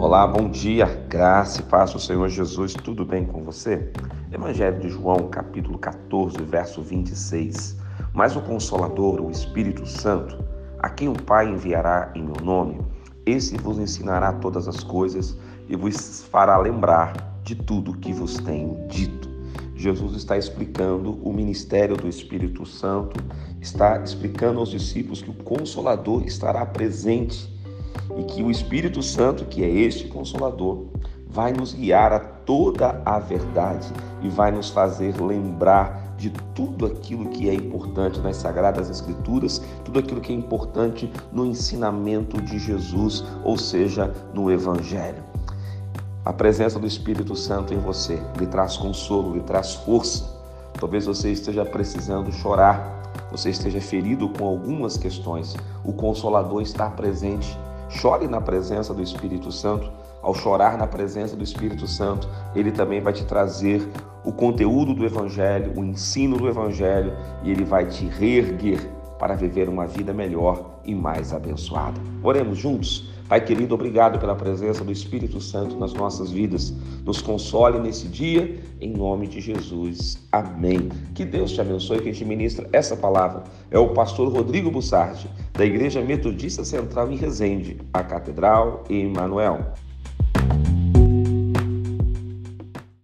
Olá, bom dia, graça e paz do Senhor Jesus, tudo bem com você? Evangelho de João, capítulo 14, verso 26. Mas o Consolador, o Espírito Santo, a quem o Pai enviará em meu nome, esse vos ensinará todas as coisas e vos fará lembrar de tudo que vos tenho dito. Jesus está explicando o ministério do Espírito Santo, está explicando aos discípulos que o Consolador estará presente e que o Espírito Santo, que é este Consolador, vai nos guiar a toda a verdade e vai nos fazer lembrar de tudo aquilo que é importante nas Sagradas Escrituras, tudo aquilo que é importante no ensinamento de Jesus, ou seja, no Evangelho. A presença do Espírito Santo em você lhe traz consolo, lhe traz força. Talvez você esteja precisando chorar, você esteja ferido com algumas questões. O Consolador está presente. Chore na presença do Espírito Santo. Ao chorar na presença do Espírito Santo, ele também vai te trazer o conteúdo do Evangelho, o ensino do Evangelho, e ele vai te reerguer para viver uma vida melhor e mais abençoada. Oremos juntos. Pai querido, obrigado pela presença do Espírito Santo nas nossas vidas. Nos console nesse dia, em nome de Jesus. Amém. Que Deus te abençoe. Quem te ministra essa palavra é o pastor Rodrigo Bussardi, da Igreja Metodista Central em Resende, a Catedral e Emmanuel.